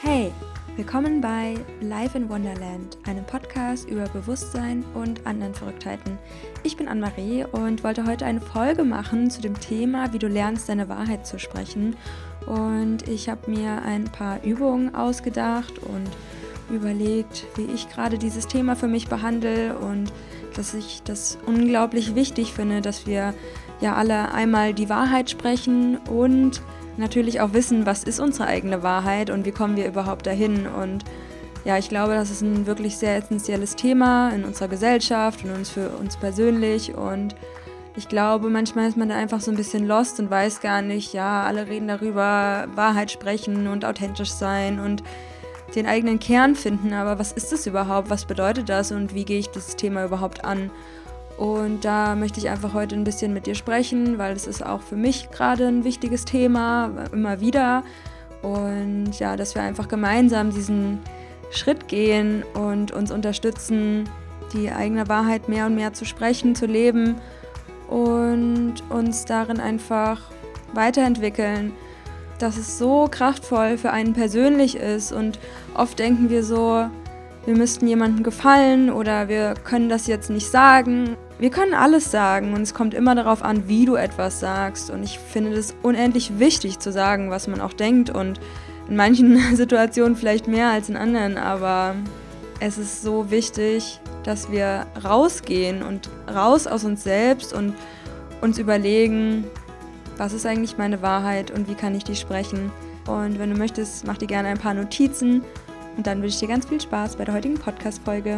Hey, willkommen bei Life in Wonderland, einem Podcast über Bewusstsein und anderen Verrücktheiten. Ich bin Anne-Marie und wollte heute eine Folge machen zu dem Thema, wie du lernst, deine Wahrheit zu sprechen. Und ich habe mir ein paar Übungen ausgedacht und überlegt, wie ich gerade dieses Thema für mich behandle und dass ich das unglaublich wichtig finde, dass wir ja alle einmal die Wahrheit sprechen und natürlich auch wissen, was ist unsere eigene Wahrheit und wie kommen wir überhaupt dahin. Und ja, ich glaube, das ist ein wirklich sehr essentielles Thema in unserer Gesellschaft und für uns persönlich. Und ich glaube, manchmal ist man da einfach so ein bisschen lost und weiß gar nicht, ja, alle reden darüber, Wahrheit sprechen und authentisch sein und den eigenen Kern finden. Aber was ist das überhaupt? Was bedeutet das und wie gehe ich das Thema überhaupt an? Und da möchte ich einfach heute ein bisschen mit dir sprechen, weil es ist auch für mich gerade ein wichtiges Thema, immer wieder. Und ja, dass wir einfach gemeinsam diesen Schritt gehen und uns unterstützen, die eigene Wahrheit mehr und mehr zu sprechen, zu leben und uns darin einfach weiterentwickeln, dass es so kraftvoll für einen persönlich ist. Und oft denken wir so, wir müssten jemandem gefallen oder wir können das jetzt nicht sagen. Wir können alles sagen und es kommt immer darauf an, wie du etwas sagst. Und ich finde es unendlich wichtig zu sagen, was man auch denkt und in manchen Situationen vielleicht mehr als in anderen. Aber es ist so wichtig, dass wir rausgehen und raus aus uns selbst und uns überlegen, was ist eigentlich meine Wahrheit und wie kann ich die sprechen. Und wenn du möchtest, mach dir gerne ein paar Notizen. Und dann wünsche ich dir ganz viel Spaß bei der heutigen Podcast-Folge.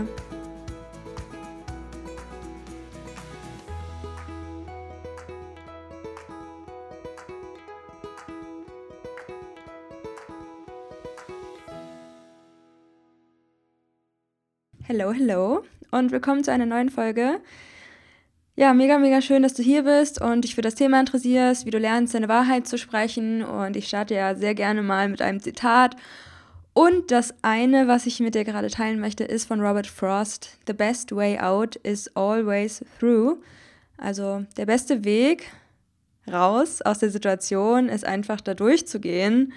Hallo und willkommen zu einer neuen Folge. Ja, mega schön, dass du hier bist und dich für das Thema interessierst, wie du lernst, deine Wahrheit zu sprechen. Und ich starte ja sehr gerne mal mit einem Zitat. Und das eine, was ich mit dir gerade teilen möchte, ist von Robert Frost. The best way out is always through. Also der beste Weg raus aus der Situation ist einfach da durchzugehen.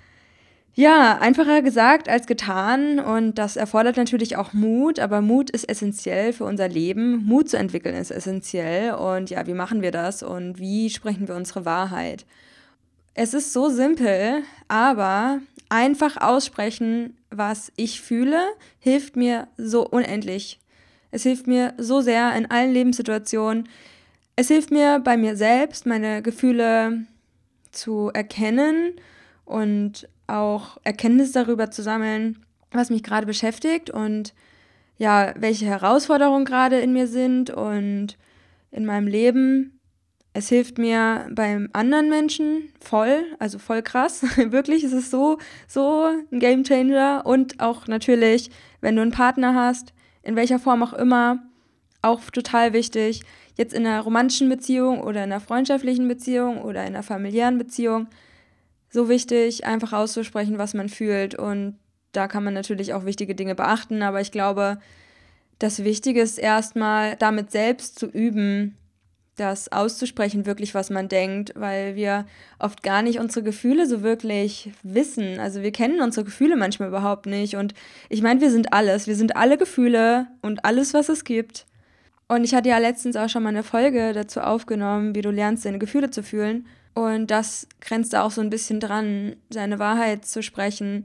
Ja, einfacher gesagt als getan und das erfordert natürlich auch Mut, aber Mut ist essentiell für unser Leben. Mut zu entwickeln ist essentiell und ja, wie machen wir das und wie sprechen wir unsere Wahrheit? Es ist so simpel, aber einfach aussprechen, was ich fühle, hilft mir so unendlich. Es hilft mir so sehr in allen Lebenssituationen. Es hilft mir bei mir selbst, meine Gefühle zu erkennen und auch Erkenntnis darüber zu sammeln, was mich gerade beschäftigt und ja, welche Herausforderungen gerade in mir sind und in meinem Leben. Es hilft mir beim anderen Menschen voll krass. Wirklich, es ist so ein Gamechanger. Und auch natürlich, wenn du einen Partner hast, in welcher Form auch immer, auch total wichtig. Jetzt in einer romantischen Beziehung oder in einer freundschaftlichen Beziehung oder in einer familiären Beziehung. So wichtig, einfach auszusprechen, was man fühlt. Und da kann man natürlich auch wichtige Dinge beachten. Aber ich glaube, das Wichtige ist erstmal, damit selbst zu üben, das auszusprechen, wirklich, was man denkt, weil wir oft gar nicht unsere Gefühle so wirklich wissen. Also wir kennen unsere Gefühle manchmal überhaupt nicht. Und ich meine, wir sind alles. Wir sind alle Gefühle und alles, was es gibt. Und ich hatte ja letztens auch schon mal eine Folge dazu aufgenommen, wie du lernst, deine Gefühle zu fühlen. Und das grenzt da auch so ein bisschen dran, seine Wahrheit zu sprechen.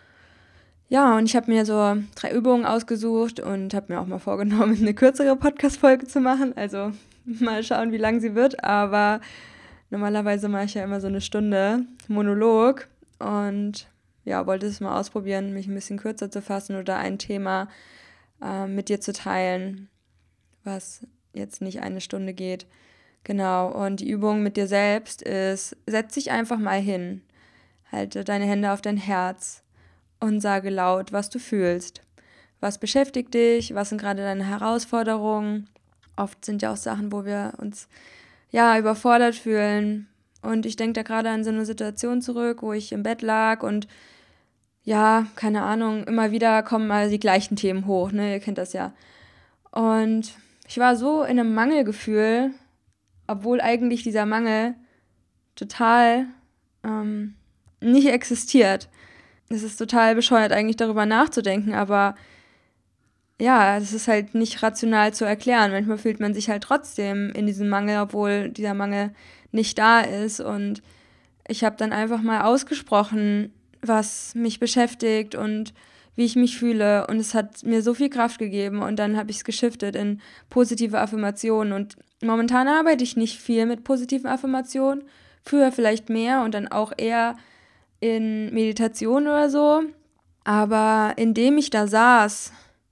Ja, und ich habe mir so 3 Übungen ausgesucht und habe mir auch mal vorgenommen, eine kürzere Podcast-Folge zu machen. Also mal schauen, wie lang sie wird, aber normalerweise mache ich ja immer so eine Stunde Monolog und ja, wollte es mal ausprobieren, mich ein bisschen kürzer zu fassen oder ein Thema mit dir zu teilen, was jetzt nicht eine Stunde geht. Genau, und die Übung mit dir selbst ist, setz dich einfach mal hin, halte deine Hände auf dein Herz und sage laut, was du fühlst. Was beschäftigt dich? Was sind gerade deine Herausforderungen? Oft sind ja auch Sachen, wo wir uns ja überfordert fühlen. Und ich denke da gerade an so eine Situation zurück, wo ich im Bett lag und ja, keine Ahnung, immer wieder kommen mal die gleichen Themen hoch, ne? Ihr kennt das ja. Und ich war so in einem Mangelgefühl, obwohl eigentlich dieser Mangel total nicht existiert. es ist total bescheuert eigentlich darüber nachzudenken, aber ja, das ist halt nicht rational zu erklären. Manchmal fühlt man sich halt trotzdem in diesem Mangel, obwohl dieser Mangel nicht da ist. Und ich habe dann einfach mal ausgesprochen, was mich beschäftigt und wie ich mich fühle. Und es hat mir so viel Kraft gegeben. Und dann habe ich es geschiftet in positive Affirmationen. Und momentan arbeite ich nicht viel mit positiven Affirmationen. Früher vielleicht mehr und dann auch eher in Meditation oder so. Aber indem ich da saß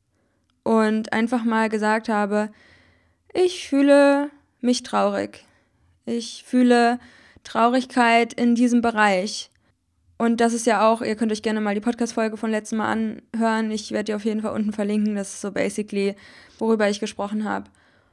und einfach mal gesagt habe, ich fühle mich traurig. Ich fühle Traurigkeit in diesem Bereich. Und das ist ja auch, ihr könnt euch gerne mal die Podcast-Folge von letztem Mal anhören. Ich werde die auf jeden Fall unten verlinken. Das ist so basically, worüber ich gesprochen habe.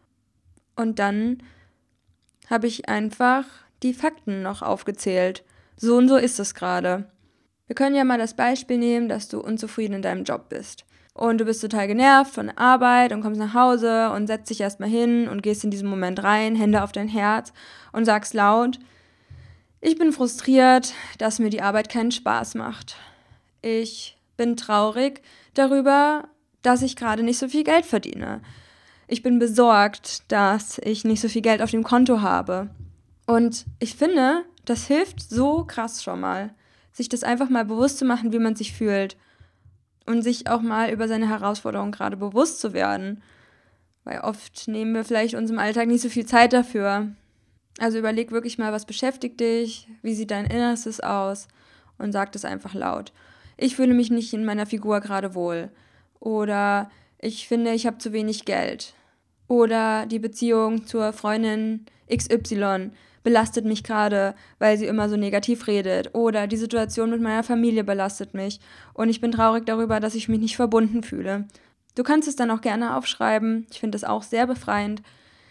Und dann habe ich einfach die Fakten noch aufgezählt. So und so ist es gerade. Wir können ja mal das Beispiel nehmen, dass du unzufrieden in deinem Job bist. Und du bist total genervt von der Arbeit und kommst nach Hause und setzt dich erstmal hin und gehst in diesen Moment rein, Hände auf dein Herz und sagst laut, ich bin frustriert, dass mir die Arbeit keinen Spaß macht. Ich bin traurig darüber, dass ich gerade nicht so viel Geld verdiene. Ich bin besorgt, dass ich nicht so viel Geld auf dem Konto habe. Und ich finde, das hilft so krass schon mal, sich das einfach mal bewusst zu machen, wie man sich fühlt. Und sich auch mal über seine Herausforderungen gerade bewusst zu werden. Weil oft nehmen wir vielleicht uns im Alltag nicht so viel Zeit dafür. Also überleg wirklich mal, was beschäftigt dich, wie sieht dein Innerstes aus und sag das einfach laut. Ich fühle mich nicht in meiner Figur gerade wohl. Oder ich finde, ich habe zu wenig Geld. Oder die Beziehung zur Freundin XY belastet mich gerade, weil sie immer so negativ redet. Oder die Situation mit meiner Familie belastet mich. Und ich bin traurig darüber, dass ich mich nicht verbunden fühle. Du kannst es dann auch gerne aufschreiben. Ich finde das auch sehr befreiend.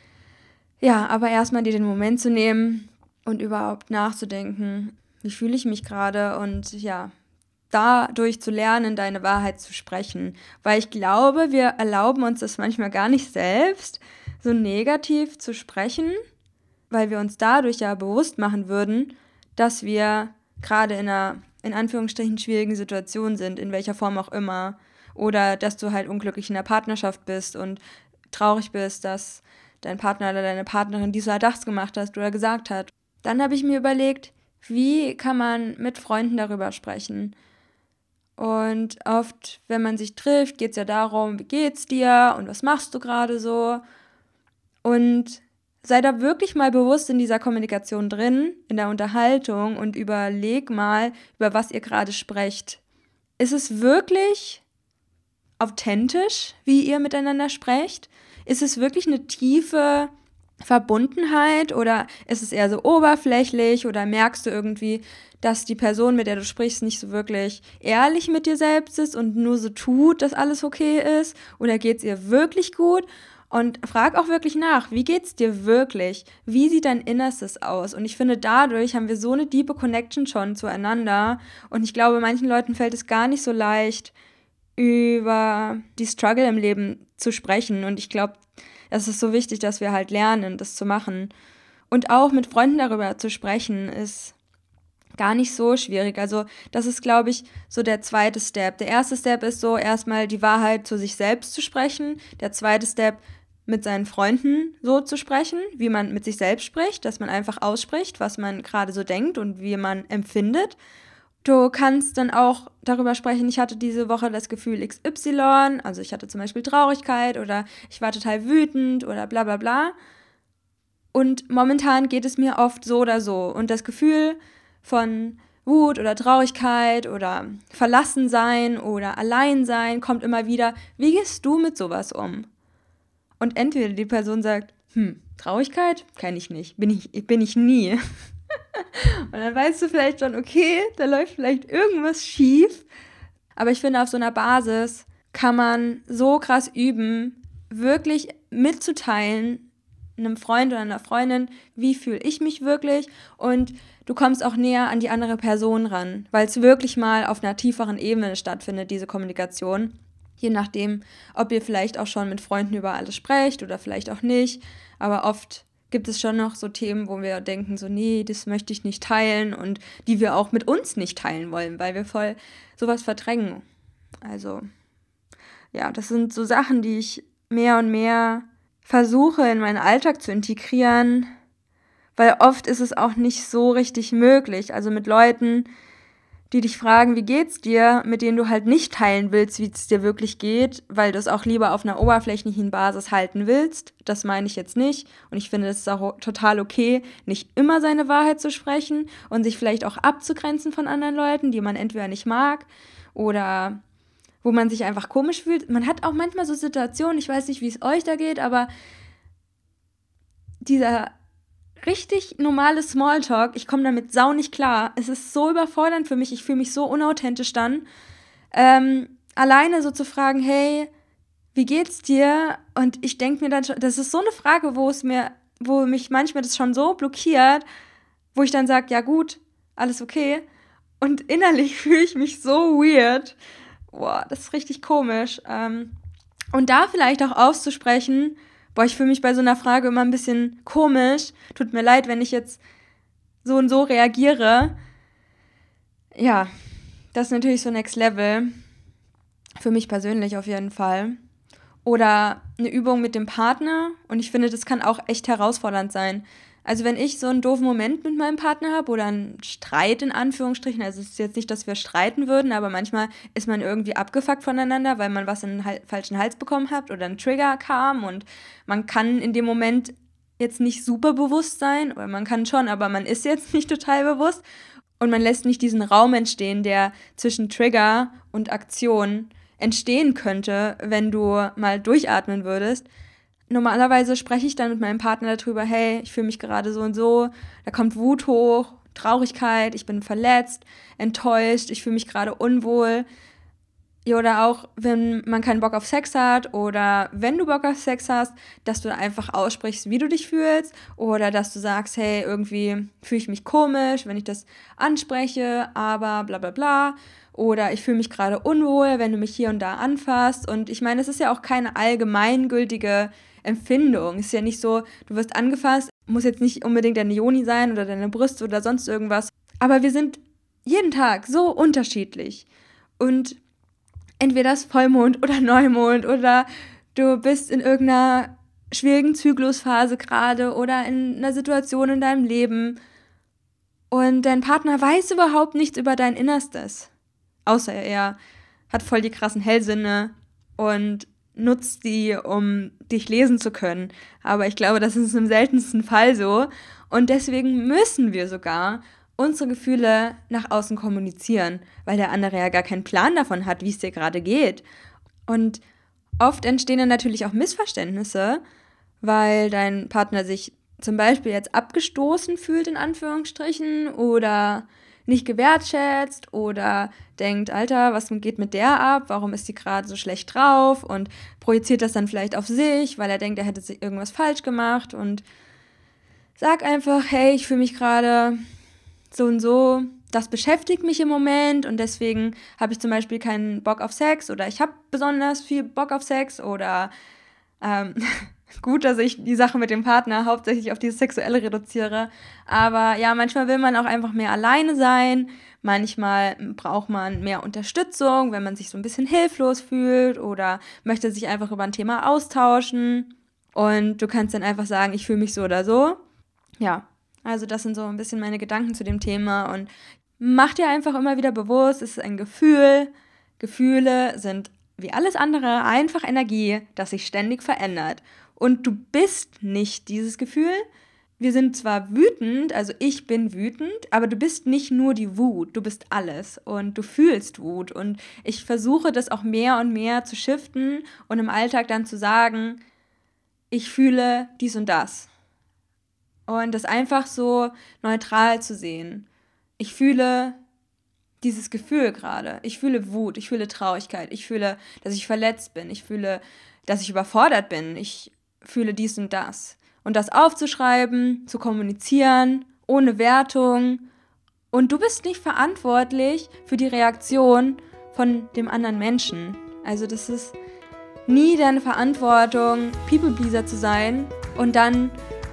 Ja, aber erstmal dir den Moment zu nehmen und überhaupt nachzudenken, wie fühle ich mich gerade und ja, dadurch zu lernen, deine Wahrheit zu sprechen. Weil ich glaube, wir erlauben uns das manchmal gar nicht selbst, so negativ zu sprechen, weil wir uns dadurch ja bewusst machen würden, dass wir gerade in einer, in Anführungsstrichen, schwierigen Situation sind, in welcher Form auch immer. Oder dass du halt unglücklich in der Partnerschaft bist und traurig bist, dass dein Partner oder deine Partnerin dies oder das gemacht hat oder gesagt hat. Dann habe ich mir überlegt, wie kann man mit Freunden darüber sprechen? Und oft, wenn man sich trifft, geht es ja darum, wie geht's dir und was machst du gerade so? Und sei da wirklich mal bewusst in dieser Kommunikation drin, in der Unterhaltung und überleg mal, über was ihr gerade sprecht. Ist es wirklich authentisch, wie ihr miteinander sprecht? Ist es wirklich eine tiefe Verbundenheit oder ist es eher so oberflächlich oder merkst du irgendwie, dass die Person, mit der du sprichst, nicht so wirklich ehrlich mit dir selbst ist und nur so tut, dass alles okay ist? Oder geht es ihr wirklich gut? Und frag auch wirklich nach, wie geht's dir wirklich? Wie sieht dein Innerstes aus? Und ich finde, dadurch haben wir so eine tiefe Connection schon zueinander. Und ich glaube, manchen Leuten fällt es gar nicht so leicht, über die Struggle im Leben zu sprechen. Und ich glaube, es ist so wichtig, dass wir halt lernen, das zu machen. Und auch mit Freunden darüber zu sprechen, ist gar nicht so schwierig. Also das ist, glaube ich, so der zweite Step. Der erste Step ist so, erstmal die Wahrheit zu sich selbst zu sprechen. Der zweite Step, mit seinen Freunden so zu sprechen, wie man mit sich selbst spricht, dass man einfach ausspricht, was man gerade so denkt und wie man empfindet. Du kannst dann auch darüber sprechen, ich hatte diese Woche das Gefühl XY, also ich hatte zum Beispiel Traurigkeit oder ich war total wütend oder bla bla bla. Und momentan geht es mir oft so oder so. Und das Gefühl von Wut oder Traurigkeit oder Verlassensein oder Alleinsein kommt immer wieder. Wie gehst du mit sowas um? Und entweder die Person sagt, Traurigkeit? Kenn ich nicht, bin ich nie. Und dann weißt du vielleicht schon, okay, da läuft vielleicht irgendwas schief. Aber ich finde, auf so einer Basis kann man so krass üben, wirklich mitzuteilen, einem Freund oder einer Freundin, wie fühle ich mich wirklich, und du kommst auch näher an die andere Person ran, weil es wirklich mal auf einer tieferen Ebene stattfindet, diese Kommunikation. Je nachdem, ob ihr vielleicht auch schon mit Freunden über alles sprecht oder vielleicht auch nicht. Aber oft gibt es schon noch so Themen, wo wir denken, so nee, das möchte ich nicht teilen und die wir auch mit uns nicht teilen wollen, weil wir voll sowas verdrängen. Also ja, das sind so Sachen, die ich mehr und mehr versuche in meinen Alltag zu integrieren, weil oft ist es auch nicht so richtig möglich. Also mit Leuten, die dich fragen, wie geht's dir, mit denen du halt nicht teilen willst, wie es dir wirklich geht, weil du es auch lieber auf einer oberflächlichen Basis halten willst. Das meine ich jetzt nicht. Und ich finde, es ist auch total okay, nicht immer seine Wahrheit zu sprechen und sich vielleicht auch abzugrenzen von anderen Leuten, die man entweder nicht mag oder wo man sich einfach komisch fühlt. Man hat auch manchmal so Situationen, ich weiß nicht, wie es euch da geht, aber dieser richtig normale Smalltalk, ich komme damit sau nicht klar. Es ist so überfordernd für mich, ich fühle mich so unauthentisch dann. Alleine so zu fragen, hey, wie geht's dir? Und ich denke mir dann schon, das ist so eine Frage, wo mich manchmal das schon so blockiert, wo ich dann sage, ja gut, alles okay. Und innerlich fühle ich mich so weird. Boah, das ist richtig komisch. Und da vielleicht auch auszusprechen, boah, ich fühle mich bei so einer Frage immer ein bisschen komisch. Tut mir leid, wenn ich jetzt so und so reagiere. Ja, das ist natürlich so Next Level. Für mich persönlich auf jeden Fall. Oder eine Übung mit dem Partner. Und ich finde, das kann auch echt herausfordernd sein. Also wenn ich so einen doofen Moment mit meinem Partner habe oder einen Streit in Anführungsstrichen, also es ist jetzt nicht, dass wir streiten würden, aber manchmal ist man irgendwie abgefuckt voneinander, weil man was in den falschen Hals bekommen hat oder ein Trigger kam und man kann in dem Moment jetzt nicht super bewusst sein, oder man kann schon, aber man ist jetzt nicht total bewusst und man lässt nicht diesen Raum entstehen, der zwischen Trigger und Aktion entstehen könnte, wenn du mal durchatmen würdest. Normalerweise spreche ich dann mit meinem Partner darüber, hey, ich fühle mich gerade so und so, da kommt Wut hoch, Traurigkeit, ich bin verletzt, enttäuscht, ich fühle mich gerade unwohl. Ja, oder auch, wenn man keinen Bock auf Sex hat oder wenn du Bock auf Sex hast, dass du einfach aussprichst, wie du dich fühlst oder dass du sagst, hey, irgendwie fühle ich mich komisch, wenn ich das anspreche, aber bla bla bla. Oder ich fühle mich gerade unwohl, wenn du mich hier und da anfasst. Und ich meine, es ist ja auch keine allgemeingültige Empfindung. Es ist ja nicht so, du wirst angefasst, muss jetzt nicht unbedingt deine Joni sein oder deine Brüste oder sonst irgendwas. Aber wir sind jeden Tag so unterschiedlich. Und entweder ist Vollmond oder Neumond oder du bist in irgendeiner schwierigen Zyklusphase gerade oder in einer Situation in deinem Leben und dein Partner weiß überhaupt nichts über dein Innerstes. Außer er hat voll die krassen Hellsinne und nutzt die, um dich lesen zu können. Aber ich glaube, das ist im seltensten Fall so. Und deswegen müssen wir sogar unsere Gefühle nach außen kommunizieren, weil der andere ja gar keinen Plan davon hat, wie es dir gerade geht. Und oft entstehen dann natürlich auch Missverständnisse, weil dein Partner sich zum Beispiel jetzt abgestoßen fühlt, in Anführungsstrichen, oder nicht gewertschätzt oder denkt, Alter, was geht mit der ab? Warum ist die gerade so schlecht drauf? Und projiziert das dann vielleicht auf sich, weil er denkt, er hätte sich irgendwas falsch gemacht. Und sag einfach, hey, ich fühle mich gerade so und so, das beschäftigt mich im Moment und deswegen habe ich zum Beispiel keinen Bock auf Sex oder ich habe besonders viel Bock auf Sex oder gut, dass ich die Sache mit dem Partner hauptsächlich auf dieses Sexuelle reduziere, aber ja, manchmal will man auch einfach mehr alleine sein, manchmal braucht man mehr Unterstützung, wenn man sich so ein bisschen hilflos fühlt oder möchte sich einfach über ein Thema austauschen und du kannst dann einfach sagen, ich fühle mich so oder so. Ja, also das sind so ein bisschen meine Gedanken zu dem Thema und mach dir einfach immer wieder bewusst, es ist ein Gefühl. Gefühle sind wie alles andere einfach Energie, das sich ständig verändert. Und du bist nicht dieses Gefühl. Wir sind zwar wütend, also ich bin wütend, aber du bist nicht nur die Wut, du bist alles und du fühlst Wut. Und ich versuche das auch mehr und mehr zu shiften und im Alltag dann zu sagen, ich fühle dies und das. Und das einfach so neutral zu sehen. Ich fühle dieses Gefühl gerade. Ich fühle Wut, ich fühle Traurigkeit, ich fühle, dass ich verletzt bin, ich fühle, dass ich überfordert bin, ich fühle dies und das. Und das aufzuschreiben, zu kommunizieren, ohne Wertung. Und du bist nicht verantwortlich für die Reaktion von dem anderen Menschen. Also das ist nie deine Verantwortung, People-Pleaser zu sein und dann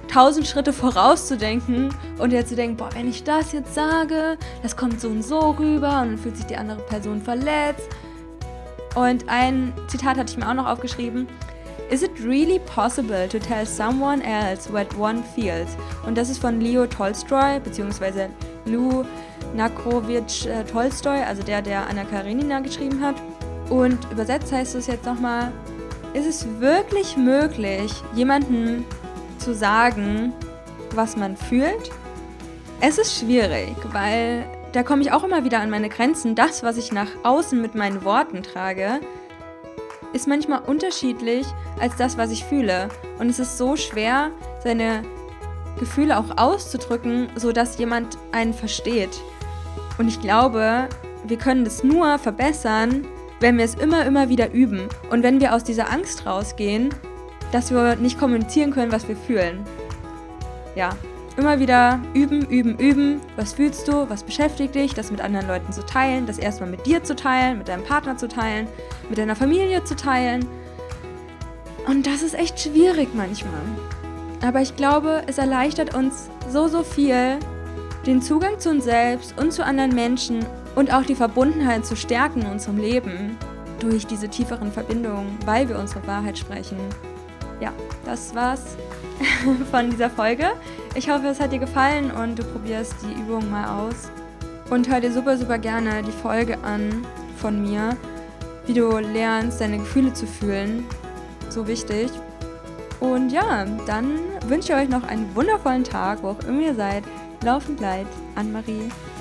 1000 Schritte vorauszudenken und dir zu denken, boah, wenn ich das jetzt sage, das kommt so und so rüber und dann fühlt sich die andere Person verletzt. Und ein Zitat hatte ich mir auch noch aufgeschrieben. Is it really possible to tell someone else what one feels? Und das ist von Leo Tolstoi, beziehungsweise Lou Nakrowitsch Tolstoi, also der Anna Karenina geschrieben hat. Und übersetzt heißt es jetzt nochmal, ist es wirklich möglich, jemandem zu sagen, was man fühlt? Es ist schwierig, weil da komme ich auch immer wieder an meine Grenzen. Das, was ich nach außen mit meinen Worten trage, ist manchmal unterschiedlich als das, was ich fühle. Und es ist so schwer, seine Gefühle auch auszudrücken, sodass jemand einen versteht. Und ich glaube, wir können das nur verbessern, wenn wir es immer wieder üben. Und wenn wir aus dieser Angst rausgehen, dass wir nicht kommunizieren können, was wir fühlen. Ja, immer wieder üben. Was fühlst du? Was beschäftigt dich? Das mit anderen Leuten zu teilen, das erstmal mit dir zu teilen, mit deinem Partner zu teilen, mit deiner Familie zu teilen. Und das ist echt schwierig manchmal. Aber ich glaube, es erleichtert uns so viel, den Zugang zu uns selbst und zu anderen Menschen und auch die Verbundenheit zu stärken in unserem Leben durch diese tieferen Verbindungen, weil wir unsere Wahrheit sprechen. Ja, das war's von dieser Folge. Ich hoffe, es hat dir gefallen und du probierst die Übung mal aus. Und hör dir super gerne die Folge an von mir, wie du lernst, deine Gefühle zu fühlen. So wichtig. Und ja, dann wünsche ich euch noch einen wundervollen Tag, wo auch immer ihr seid. Laufend leid, Anne-Marie.